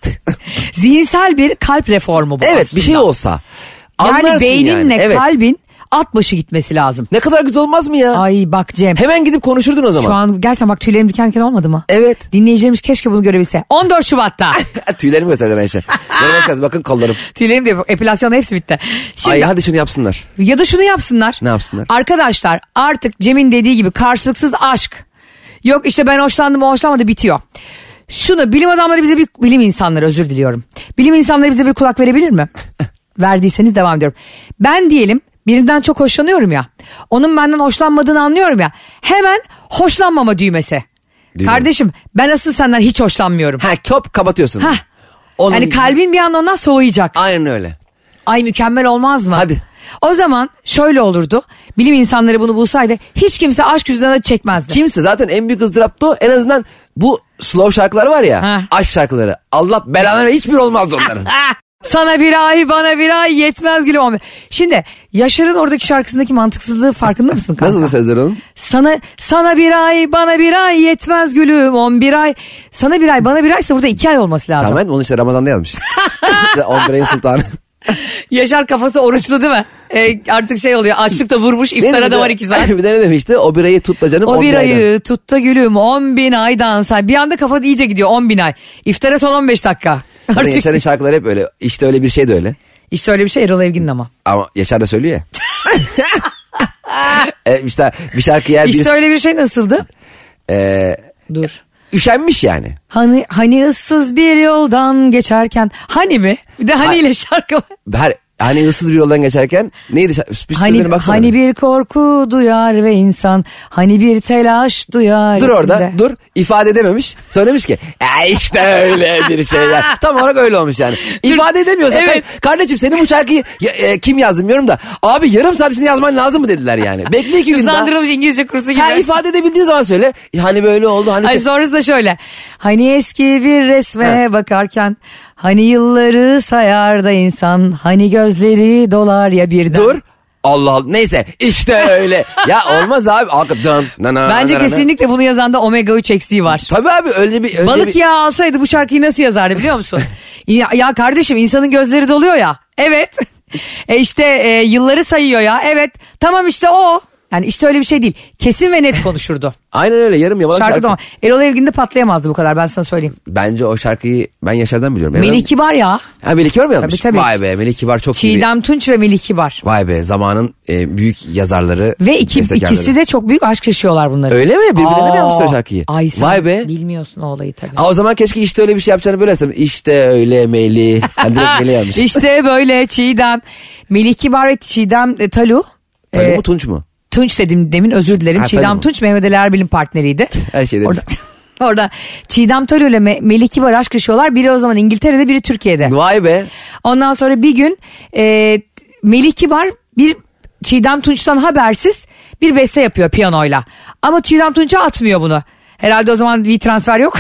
Zihinsel bir kalp reformu bu evet aslında. Bir şey olsa. Yani beyninle yani. Evet. kalbin at başı gitmesi lazım. Ne kadar güzel olmaz mı ya? Ay bak Cem. Hemen gidip konuşurdun o zaman. Şu an gerçekten bak tüylerim diken diken olmadı mı? Evet. Dinleyicilerimiz keşke bunu görebilse. on dört Şubat'ta. Tüylerimi gösterdin Ayşe. Görmez bakın kollarım. Tüylerim diyor epilasyonda hepsi bitti. Şimdi, Ay hadi şunu yapsınlar. Ya da şunu yapsınlar. Ne yapsınlar? Arkadaşlar artık Cem'in dediği gibi karşılıksız aşk. Yok işte ben hoşlandım o hoşlanmadı bitiyor. Şunu bilim adamları bize bir bilim insanları özür diliyorum. Bilim insanları bize bir kulak verebilir mi? Verdiyseniz devam ediyorum. Ben diyelim birinden çok hoşlanıyorum ya. Onun benden hoşlanmadığını anlıyorum ya. Hemen hoşlanmama düğmesi. Değil Kardeşim mi? Ben asıl senden hiç hoşlanmıyorum. Ha köp kapatıyorsun. Ha. Onun... Yani kalbin bir anda ondan soğuyacak. Aynen öyle. Ay mükemmel olmaz mı? Hadi. O zaman şöyle olurdu. Bilim insanları bunu bulsaydı hiç kimse aşk yüzünden acı çekmezdi. Kimse zaten en büyük ızdırap da o. En azından bu slow şarkılar var ya. Ha. Aşk şarkıları. Allah belanı hiçbir olmazdı onların. Sana bir ay bana bir ay yetmez gülüm. Şimdi Yaşar'ın oradaki şarkısındaki mantıksızlığı farkında mısın kanka? Nasıl da sözler onun? Sana, sana bir ay bana bir ay yetmez gülüm on bir ay. Sana bir ay bana bir aysa burada iki ay olması lazım. Tamam onu işte Ramazan'da yazmış. on bir ayın sultanı. Yaşar kafası oruçlu değil mi? Ee, artık şey oluyor açlık da vurmuş iftara da var iki saat. Bir de ne demişti? O bir ayı tut da canım o on bir bin aydan. O bir ayı tut da gülüm on bin aydan say. Bir anda kafa iyice gidiyor on bin ay. İftara son on beş dakika. Artık... Yaşar'ın şarkıları hep öyle. İşte öyle bir şey de öyle. İşte öyle bir şey Erol Evgin'in ama. Ama Yaşar da söylüyor ya. e, işte bir şarkı yer İşte birisi... öyle bir şey nasıldı? Ee, Dur. üşenmiş yani. Hani hani ıssız bir yoldan geçerken. Hani mi? Bir de hani ile şarkı var. Her, hani ıssız bir yoldan geçerken neydi? Bir hani hani bir korku duyar ve insan hani bir telaş duyar. Dur içinde. orada dur ifade edememiş. Söylemiş ki e işte öyle bir şey. Yani. Tam olarak öyle olmuş yani. İfade edemiyorsan Evet. kardeşim senin bu şarkıyı ya, e, kim yazdı bilmiyorum da abi yarım saat içinde yazman lazım mı dediler yani. Bekle iki gün daha. Hızlandırılmış İngilizce kursu gibi. Ha, ifade edebildiğin zaman söyle. Hani böyle oldu. Hani Ay, sonrası da şöyle. Hani eski bir resme ha. bakarken hani yılları sayar da insan hani gözleri dolar ya birden. Dur. Allah Allah. Neyse işte öyle. Ya olmaz abi. Dın, nana, Bence nana, kesinlikle bunu yazanda omega üç eksiği var. Tabii abi öyle bir. Öyle Balık bir... yağı alsaydı bu şarkıyı nasıl yazardı biliyor musun? ya, ya kardeşim insanın gözleri doluyor ya. Evet. e işte e, yılları sayıyor ya. Evet. Tamam işte o. Yani işte öyle bir şey değil. Kesin ve net konuşurdu. Aynen öyle yarım yamalak şarkı. Şarkı. Erol Evgin'de patlayamazdı bu kadar ben sana söyleyeyim. Bence o şarkıyı ben Yaşar'dan biliyorum. Melih Kibar ya. Ha Melih Kibar mı yazmış? Tabii tabii. Vay be Melih Kibar çok iyi. Çiğdem Tunç ve Melih Kibar. Vay be zamanın e, büyük yazarları. Ve iki, ikisi de çok büyük aşk yaşıyorlar bunları. Öyle mi? Birbirlerine mi yapmışlar şarkıyı? Ay sen Vay be. bilmiyorsun o olayı tabii. Aa, o zaman keşke işte öyle bir şey yapacağını böyle yazsam. İşte öyle Melih. Hani direkt Melih yazmış. İşte böyle Çiğdem. Melih Kibar ve Çiğdem e, Talu. Talu e, mu Tunç mu? Tunç dedim demin özür dilerim. Ha, Çiğdem Tunç Mehmet Ali Erbil'in partneriydi. Her şey demiş. Orada, orada Çiğdem Talu ile Me- Melih Kibar aşk yaşıyorlar. Biri o zaman İngiltere'de biri Türkiye'de. Vay be. Ondan sonra bir gün e, Melih Kibar bir Çiğdem Tunç'tan habersiz bir beste yapıyor piyanoyla. Ama Çiğdem Tunç'a atmıyor bunu. Herhalde o zaman bir transfer yok.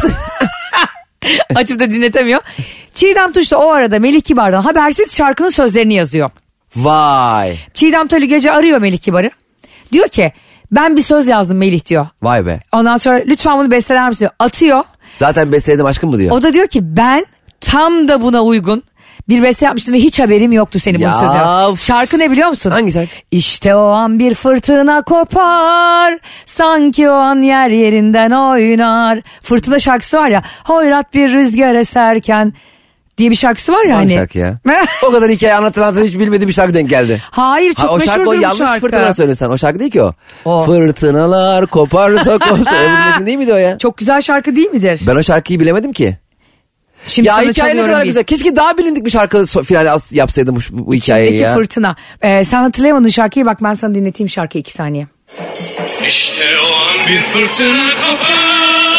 Açıp da dinletemiyor. Çiğdem Tunç da o arada Melih Kibar'dan habersiz şarkının sözlerini yazıyor. Vay. Çiğdem Talu gece arıyor Melih Kibar'ı. Diyor ki ben bir söz yazdım Melih diyor. Vay be. Ondan sonra lütfen bunu besteler misin diyor. Atıyor. Zaten besteledim aşkım mı diyor. O da diyor ki ben tam da buna uygun bir beste yapmıştım ve hiç haberim yoktu senin Ya. bunu sözü. Şarkı ne biliyor musun? Hangi şarkı? İşte o an bir fırtına kopar. Sanki o an yer yerinden oynar. Fırtına şarkısı var ya. Hoyrat bir rüzgar eserken diye bir şarkısı var ya Hangi hani. şarkı ya? O kadar hikaye anlatın anlatın hiç bilmediğim bir şarkı denk geldi. Hayır çok ha, o şarkı o meşhurdur bu yanlış şarkı. fırtına söylesen. O şarkı değil ki o. O. Fırtınalar koparsa kopsa. Ebru Gündeş'in değil miydi o ya? Çok güzel şarkı değil midir? Ben o şarkıyı bilemedim ki. Şimdi Ya sana hikaye ne çalıyorum kadar bir. güzel. Keşke daha bilindik bir şarkı so- finali as- yapsaydım bu, bu hikayeyi İçimdeki ya. fırtına. Ee, sen hatırlayamadın şarkıyı bak ben sana dinleteyim şarkıyı iki saniye. İşte o an bir fırtına kopar.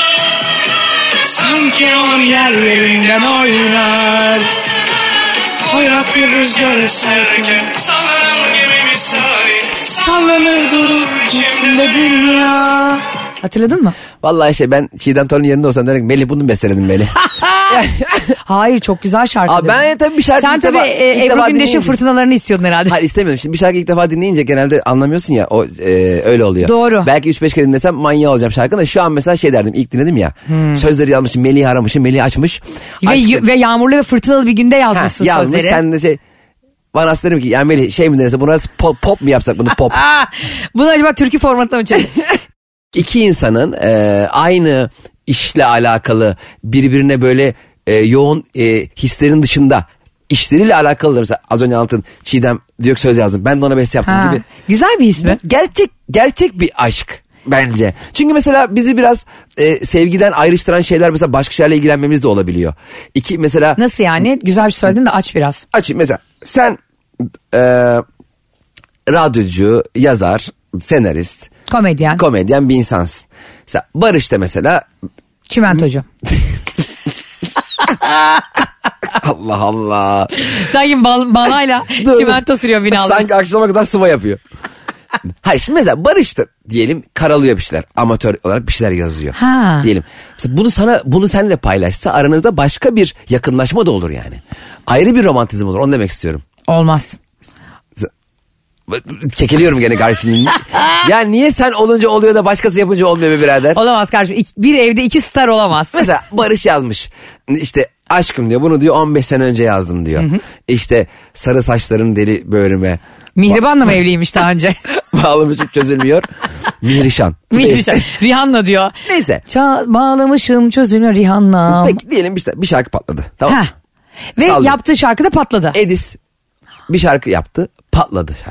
Sanki o an yerlerinden oynar. Hoyrat bir rüzgar eserken sallanan gibi misali. Sallanır durur içimde dünya. Hatırladın mı? Vallahi şey ben Çiğdem Talu'nun yerinde olsam derim Melih bunu mu besteledim Melih? Hayır çok güzel şarkı. Aa, ben tabii bir şarkı Sen ilk tabii defa- e, ilk Ebru defa Gündeş'in dinleyince- fırtınalarını istiyordun herhalde. Hayır istemiyorum. Şimdi bir şarkı ilk defa dinleyince genelde anlamıyorsun ya. O e, öyle oluyor. Doğru. Belki üç beş kere dinlesem manyağı olacağım şarkının da şu an mesela şey derdim. İlk dinledim ya. Hmm. Sözleri yazmışım. Melih'i aramışım. Melih açmış. Ve, Aşkım. ve yağmurlu ve fırtınalı bir günde Ha, yazmışsın yazmış. sözleri. Sen de şey bana aslında dedim ki ya Melih şey mi denese bunu nasıl pop, pop mu yapsak bunu pop. Aa, bunu acaba türkü formatına mı çekelim? İki insanın e, aynı işle alakalı birbirine böyle e, yoğun e, hislerin dışında işleriyle alakalı mesela az önce anlattın Çiğdem diyor ki söz yazdım ben de ona beste yaptım Ha, gibi. güzel bir his mi? Gerçek gerçek bir aşk bence. Çünkü mesela bizi biraz e, sevgiden ayrıştıran şeyler mesela başka şeylerle ilgilenmemiz de olabiliyor. İki mesela Nasıl yani? Güzel bir şey söyledin de aç biraz. açayım mesela sen e, radyocu, yazar, senarist, Komedyen, komedyen bir insansın. Mesela Barış da mesela çimentocu. Allah Allah. Sanki bal, balayla Dur. çimento sürüyor binalar. Sanki akşama kadar sıva yapıyor. Hayır şimdi mesela Barış da diyelim karalıyor bir şeyler. Amatör olarak bir şeyler yazıyor. Ha. Diyelim. Mesela bunu sana bunu seninle paylaşsa aranızda başka bir yakınlaşma da olur yani. Ayrı bir romantizm olur. Onu demek istiyorum. Olmaz. Çekiliyorum gene karşında. Ya niye sen olunca oluyor da başkası yapınca olmuyor be birader? Olamaz kardeşim. İk- Bir evde iki star olamaz. Mesela Barış yazmış. İşte aşkım diyor bunu diyor on beş sene önce yazdım diyor. Hı hı. İşte sarı saçların deli böğrüme. Mihriban'la mı evliymiş daha önce? Bağlamışım çözülmüyor. Mihrişan. Mihriban. Rihanna diyor. Neyse. Ça- bağlamışım çözünü Rihanna. Peki diyelim bir, bir şarkı patladı. Tamam. Heh. Ve Saldım. yaptığı şarkı da patladı. Edis bir şarkı yaptı. Patladı şarkı.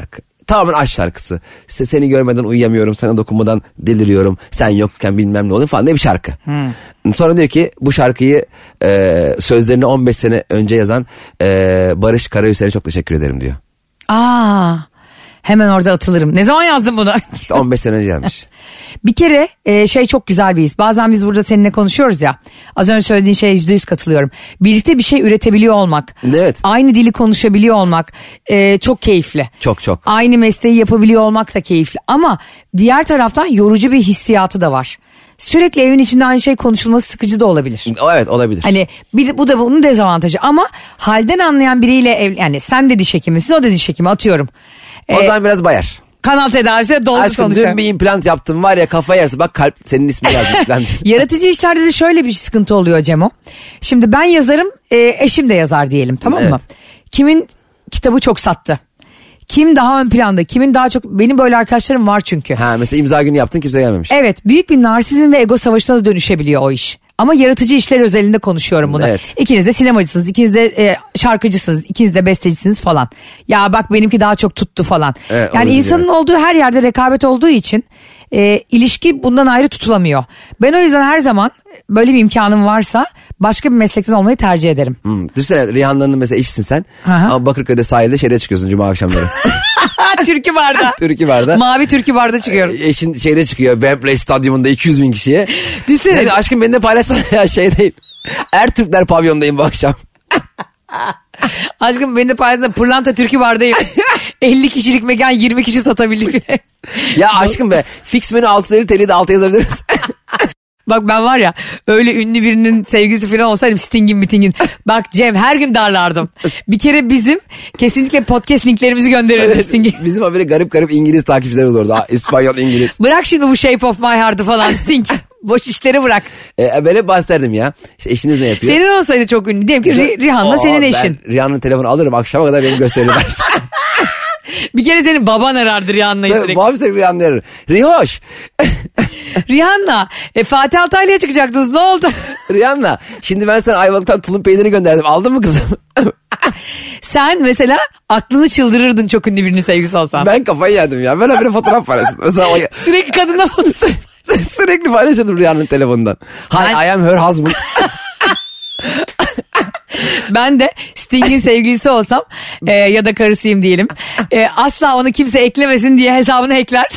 tamamen aşk şarkısı. Se, seni görmeden uyuyamıyorum, sana dokunmadan deliriyorum, sen yokken bilmem ne oluyor falan diye bir şarkı. Hmm. Sonra diyor ki bu şarkıyı e, sözlerini on beş sene önce yazan e, Barış Karahüseyin'e çok teşekkür ederim diyor. Aa, hemen orada atılırım. Ne zaman yazdın bunu? İşte on beş sene önce yazmış. Bir kere e, şey çok güzel bir his. Bazen biz burada seninle konuşuyoruz ya. Az önce söylediğin şeye yüzde yüz katılıyorum. Birlikte bir şey üretebiliyor olmak. Evet. Aynı dili konuşabiliyor olmak e, çok keyifli. Çok çok. Aynı mesleği yapabiliyor olmak da keyifli. Ama diğer taraftan yorucu bir hissiyatı da var. Sürekli evin içinde aynı şey konuşulması sıkıcı da olabilir. Evet, olabilir. Hani bir, bu da bunun dezavantajı. Ama halden anlayan biriyle ev, yani sen de diş hekimisin, o da diş hekimi, atıyorum. O Ee, zaman biraz bayar. Kanal tedavisi dolgu Aşkım konuşuyorum. dün bir implant yaptım var ya, kafa yersin. Bak kalp senin ismin yazmış implant. Yaratıcı işlerde de şöyle bir sıkıntı oluyor Cemo. Şimdi ben yazarım, e, eşim de yazar diyelim, tamam mı? Evet. Kimin kitabı çok sattı? Kim daha ön planda? Kimin daha çok? Benim böyle arkadaşlarım var çünkü. Ha, mesela imza günü yaptın, kimse gelmemiş. Evet, büyük bir narsizm ve ego savaşına da dönüşebiliyor o iş. Ama yaratıcı işler özelinde konuşuyorum bunu. Evet. İkiniz de sinemacısınız, ikiniz de e, şarkıcısınız, ikiniz de bestecisiniz falan. Ya bak benimki daha çok tuttu falan. Evet, yani olabilir, insanın evet. olduğu her yerde rekabet olduğu için e, ilişki bundan ayrı tutulamıyor. Ben o yüzden her zaman böyle bir imkanım varsa başka bir meslekten olmayı tercih ederim. Hmm. Düşünsene Rihanna'nın mesela eşisin sen. Aha. Ama Bakırköy'de sahilde şeyde çıkıyorsun cuma akşamları. Türkü barda. Türkü barda. Mavi türkü barda çıkıyorum. Eşin şeyde çıkıyor, Wembley Stadyumunda iki yüz bin kişiye. Düşünsene. Yani aşkım beni de paylaşsana ya, şey değil. Ertürkler pavyondayım bu akşam. Aşkım beni de paylaşsana, pırlanta türkü bardayım. elli kişilik mekan yirmi kişi satabildik. Ya aşkım be, fix menü altı yüz elli T L'yi de alta yazabiliriz. Bak ben var ya, öyle ünlü birinin sevgilisi falan olsaydım, Sting'in mitingin. Bak Cem, her gün darlardım. Bir kere bizim kesinlikle podcast linklerimizi gönderirdi Sting'e. Bizim o böyle garip garip İngiliz takipçilerimiz orada. İspanyol, İngiliz. Bırak şimdi bu Shape of My Heart'ı falan Sting. Boş işleri bırak. Ee, böyle bahsederdim ya. İşte eşiniz ne yapıyor? Senin olsaydı çok ünlü. Diyelim ki Rih- Rihanna Aa, senin eşin. Ben Rihanna'nın telefonu alırım, akşama kadar benim gösterim. Bir kere senin baban arardı Rihanna'yı sürekli. Babam sürekli Rihanna'yı arar. Rihoş. Rihanna, e, Fatih Altaylı'ya çıkacaktınız, ne oldu? Rihanna, şimdi ben sana Ayvalık'tan tulum peyniri gönderdim. Aldın mı kızım? Sen mesela aklını çıldırırdın çok ünlü birinin sevgisi olsan. Ben kafayı yedim ya. Ben öyle fotoğraf paylaştım. Mesela o... Sürekli kadınla fotoğraf. Sürekli paylaşıyordum Rihanna'nın telefonundan. Hi, Ben- I am her husband. Ben de Sting'in sevgilisi olsam e, ya da karısıyım diyelim. E, asla onu kimse eklemesin diye hesabını hackler.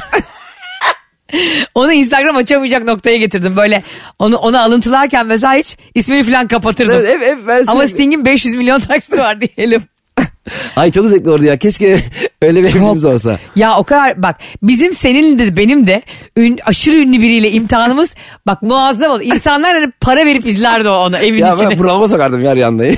Onu Instagram açamayacak noktaya getirdim. Böyle onu onu alıntılarken mesela hiç ismini falan kapatırdım. Evet, hep, hep ben Ama sürekli- Sting'in beş yüz milyon takipçisi var diyelim. Ay çok zevkli oldu ya. Keşke öyle bir evliliğimiz olsa. Ya o kadar bak, bizim seninle de benim de ün, aşırı ünlü biriyle imtihanımız bak muazzam oldu. İnsanlar hani para verip izlerdi onu evin Ya içine. ben bunalıma sokardım ya Rihanna'yı.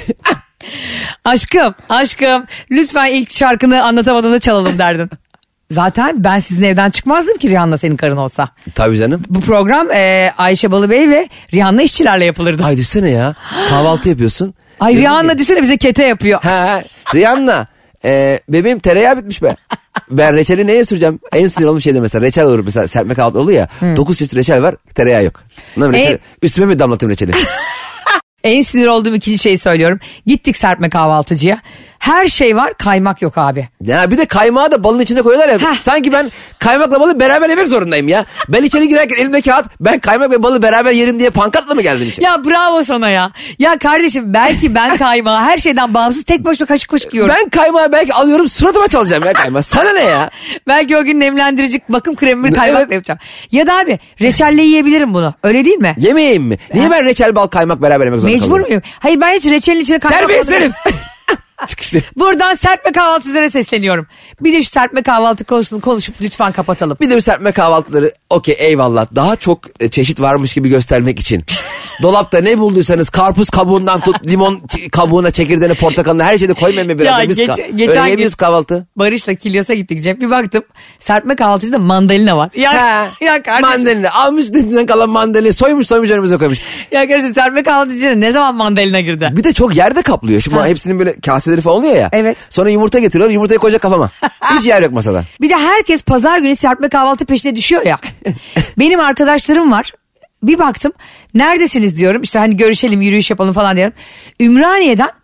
Aşkım aşkım lütfen ilk şarkını Anlatamadığımda çalalım derdin. Zaten ben sizin evden çıkmazdım ki Rihanna senin karın olsa. Tabii canım. Bu program e, Ayşe Balıbey ve Rihanna işçilerle yapılırdı. Ay düşünsene ya. Kahvaltı yapıyorsun. Ay Diyorsun Rihanna ki, düşünsene bize kete yapıyor. Ha, Rihanna. E, bebeğim tereyağı bitmiş be. Ben reçeli neye süreceğim? En sinir olduğum şeydir mesela. Reçel olur mesela, serpme kahvaltı oluyor ya. dokuz çeşit reçel var, tereyağı yok. Anladın mı? Reçel, E- üstüme mi damlatayım reçeli? En sinir olduğum ikinci şeyi söylüyorum. Gittik serpme kahvaltıcıya. Her şey var, kaymak yok abi. Ya bir de kaymağı da balın içine koyuyorlar ya. Heh. Sanki ben kaymakla balı beraber yemek zorundayım ya. Ben içeri girerken elimde kağıt, ben kaymak ve balı beraber yerim diye pankartla mı geldim içeri? Ya bravo sana ya. Ya kardeşim belki ben kaymağı her şeyden bağımsız tek başına kaşık kaşık yiyorum. Ben kaymağı belki alıyorum, suratıma çalacağım ya kaymağı. Sana ne ya? Belki o gün nemlendirici bakım kremimi kaymakla Evet. yapacağım. Ya da abi reçelle yiyebilirim bunu. Öyle değil mi? Yemeyeyim mi? Niye ben reçel, bal, kaymak beraber yemek zorunda Mecbur kalıyorum? muyum? Hayır, ben hiç reçelin içine kaymak Terbiyesiz koymuyorum. herif. Çıkıştı. Buradan serpme kahvaltıcılara sesleniyorum. Bir de şu serpme kahvaltı konusunu konuşup lütfen kapatalım. Bir de bir serpme kahvaltıları okey, eyvallah. Daha çok e, çeşit varmış gibi göstermek için. Dolapta ne bulduysanız karpuz kabuğundan tut limon ç- kabuğuna, çekirdeğine, portakalına her şeyde koymayın mı biraz? Ya Biz geç- ka- geçen öyle gün- yemiyoruz kahvaltı. Barış'la Kilyos'a gittik Cem. Bir baktım serpme kahvaltıcıda mandalina var. Ya, Ha, ya kardeşim. mandalina almış, dünden kalan mandalina soymuş soymuş önümüze koymuş. Ya kardeşim serpme kahvaltıcıda ne zaman mandalina girdi? Bir de çok yerde kaplıyor. Şimdi Ha. hepsinin böyle kaseleri falan oluyor ya. Evet. Sonra yumurta getiriyorlar, yumurtayı koyacak kafama. Hiç yer yok masada. Bir de herkes pazar günü serpme kahvaltı peşine düşüyor ya. Benim arkadaşlarım var. Bir baktım neredesiniz diyorum, işte hani görüşelim, yürüyüş yapalım falan diyorum. Ümraniye'den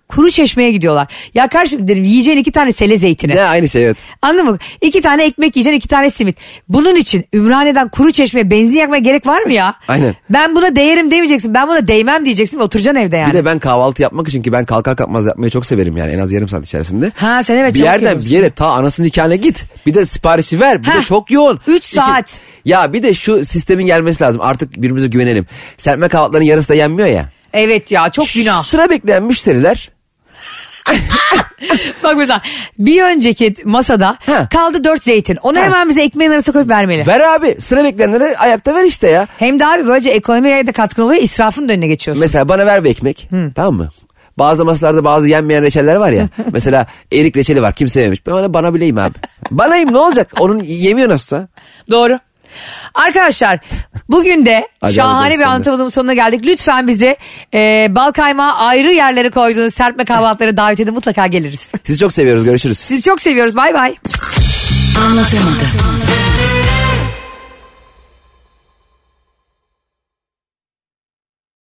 kuru çeşmeye gidiyorlar. Ya kardeşim dedim yiyeceğin iki tane sele zeytini. Ne aynı şey evet. Anladın mı? İki tane ekmek yiyeceksin, iki tane simit. Bunun için Ümraniye'den kuru çeşmeye benzin yakmaya gerek var mı ya? Aynen. Ben buna değerim demeyeceksin. Ben buna değmem diyeceksin ve oturacaksın evde yani. Bir de ben kahvaltı yapmak için ki ben kalkar kalkmaz yapmayı çok severim yani en az yarım saat içerisinde. Ha sen evet bir çok yerden yiyorsun. bir yere ta anasının nikahına git. Bir de siparişi ver. Bir Heh, de çok yoğun. üç saat. İki, ya bir de şu sistemin gelmesi lazım. Artık birbirimize güvenelim. Serpme kahvaltıların yarısı da yenmiyor ya. Evet ya çok günah. Sıra bekleyen müşteriler. Bak mesela bir önceki masada Ha. kaldı dört zeytin. Onu Ha. hemen bize ekmeğin arasına koyup vermeli. Ver abi. Sıra bekleyenlere ayakta ver işte ya. Hem de abi böylece ekonomiye de katkın oluyor, israfın da önüne geçiyorsun. Mesela bana ver bir ekmek. Tamam mı? Bazı masalarda bazı yenmeyen reçeller var ya. Mesela erik reçeli var. Kimse yememiş. Ben bana, bana bileyim abi. Bana yiyeyim ne olacak? Onun yemiyor nasılsa. Doğru. Arkadaşlar bugün de Acayip şahane bir canım anlatamadığımız sonuna geldik. Lütfen bizi e, bal kaymağı ayrı yerlere koyduğunuz serpme kahvaltılara davet edin, mutlaka geliriz. Sizi çok seviyoruz. Görüşürüz. Sizi çok seviyoruz, bay bay. Anlatamadım.